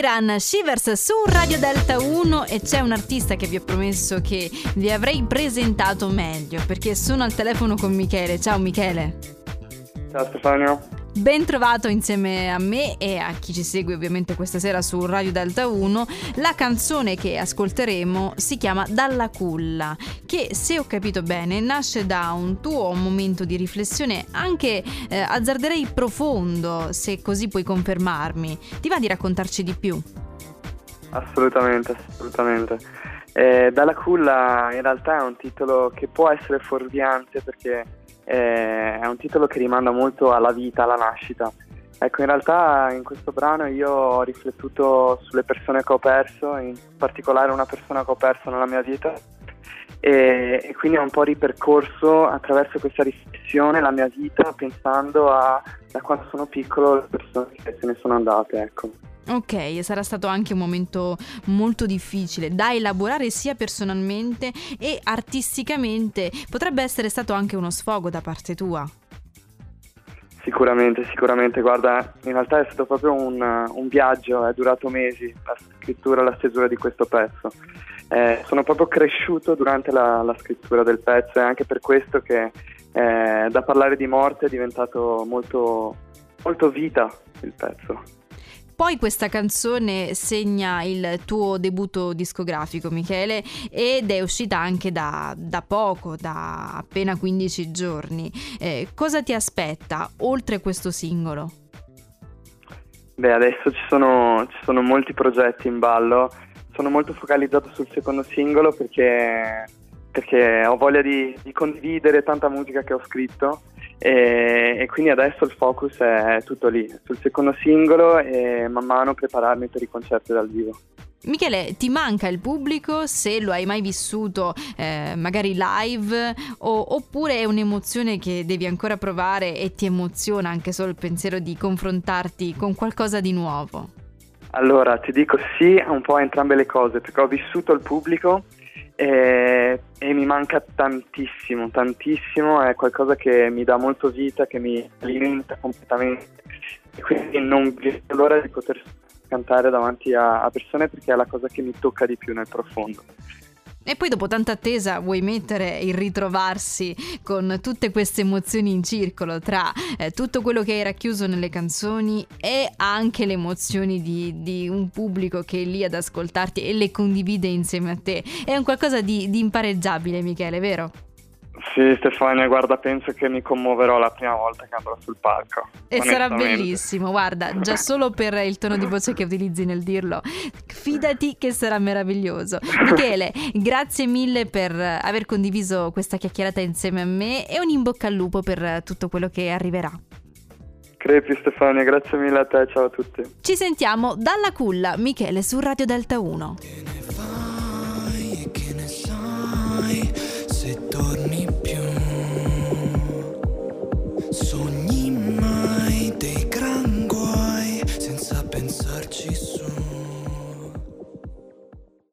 Sheeran, Shivers su Radio Delta 1, e c'è un artista che vi ho promesso che vi avrei presentato meglio, perché sono al telefono con Michele. Ciao Michele. Ciao Stefano. Ben trovato insieme a me e a chi ci segue ovviamente questa sera su Radio Delta 1. La canzone che ascolteremo si chiama Dalla culla, che, se ho capito bene, nasce da un tuo momento di riflessione anche azzarderei profondo, se così puoi confermarmi. Ti va di raccontarci di più? Assolutamente. Dalla culla in realtà è un titolo che può essere fuorviante, perché è un titolo che rimanda molto alla vita, alla nascita. Ecco, in realtà in questo brano io ho riflettuto sulle persone che ho perso, in particolare una persona che ho perso nella mia vita, e quindi ho un po' ripercorso attraverso questa riflessione la mia vita, pensando a da quando sono piccolo le persone che se ne sono andate, ecco. Ok, sarà stato anche un momento molto difficile da elaborare sia personalmente e artisticamente. Potrebbe essere stato anche uno sfogo da parte tua. Sicuramente, guarda, in realtà è stato proprio un viaggio, è durato mesi la scrittura e la stesura di questo pezzo. Sono proprio cresciuto durante la scrittura del pezzo, e anche per questo che da parlare di morte è diventato molto, molto vita il pezzo. Poi questa canzone segna il tuo debutto discografico, Michele, ed è uscita anche da poco, da appena 15 giorni. Cosa ti aspetta oltre questo singolo? Beh, adesso ci sono molti progetti in ballo. Sono molto focalizzato sul secondo singolo perché ho voglia di condividere tanta musica che ho scritto, e quindi adesso il focus è tutto lì, sul secondo singolo, e man mano prepararmi per i concerti dal vivo. Michele, ti manca il pubblico, se lo hai mai vissuto magari live, oppure è un'emozione che devi ancora provare e ti emoziona anche solo il pensiero di confrontarti con qualcosa di nuovo? Allora, ti dico sì a un po' a entrambe le cose, perché ho vissuto il pubblico e mi manca tantissimo, è qualcosa che mi dà molto vita, che mi alimenta completamente, e quindi non vedo l'ora di poter cantare davanti a persone, perché è la cosa che mi tocca di più nel profondo. E poi dopo tanta attesa vuoi mettere il ritrovarsi con tutte queste emozioni in circolo tra tutto quello che hai racchiuso nelle canzoni e anche le emozioni di un pubblico che è lì ad ascoltarti e le condivide insieme a te. È un qualcosa di impareggiabile, Michele, vero? Sì, Stefania, guarda, penso che mi commuoverò la prima volta che andrò sul palco. E sarà bellissimo, guarda, già solo per il tono di voce che utilizzi nel dirlo, fidati che sarà meraviglioso. Michele, grazie mille per aver condiviso questa chiacchierata insieme a me, e un in bocca al lupo per tutto quello che arriverà. Crepi Stefania, grazie mille a te, ciao a tutti. Ci sentiamo dalla culla, Michele, su Radio Delta 1.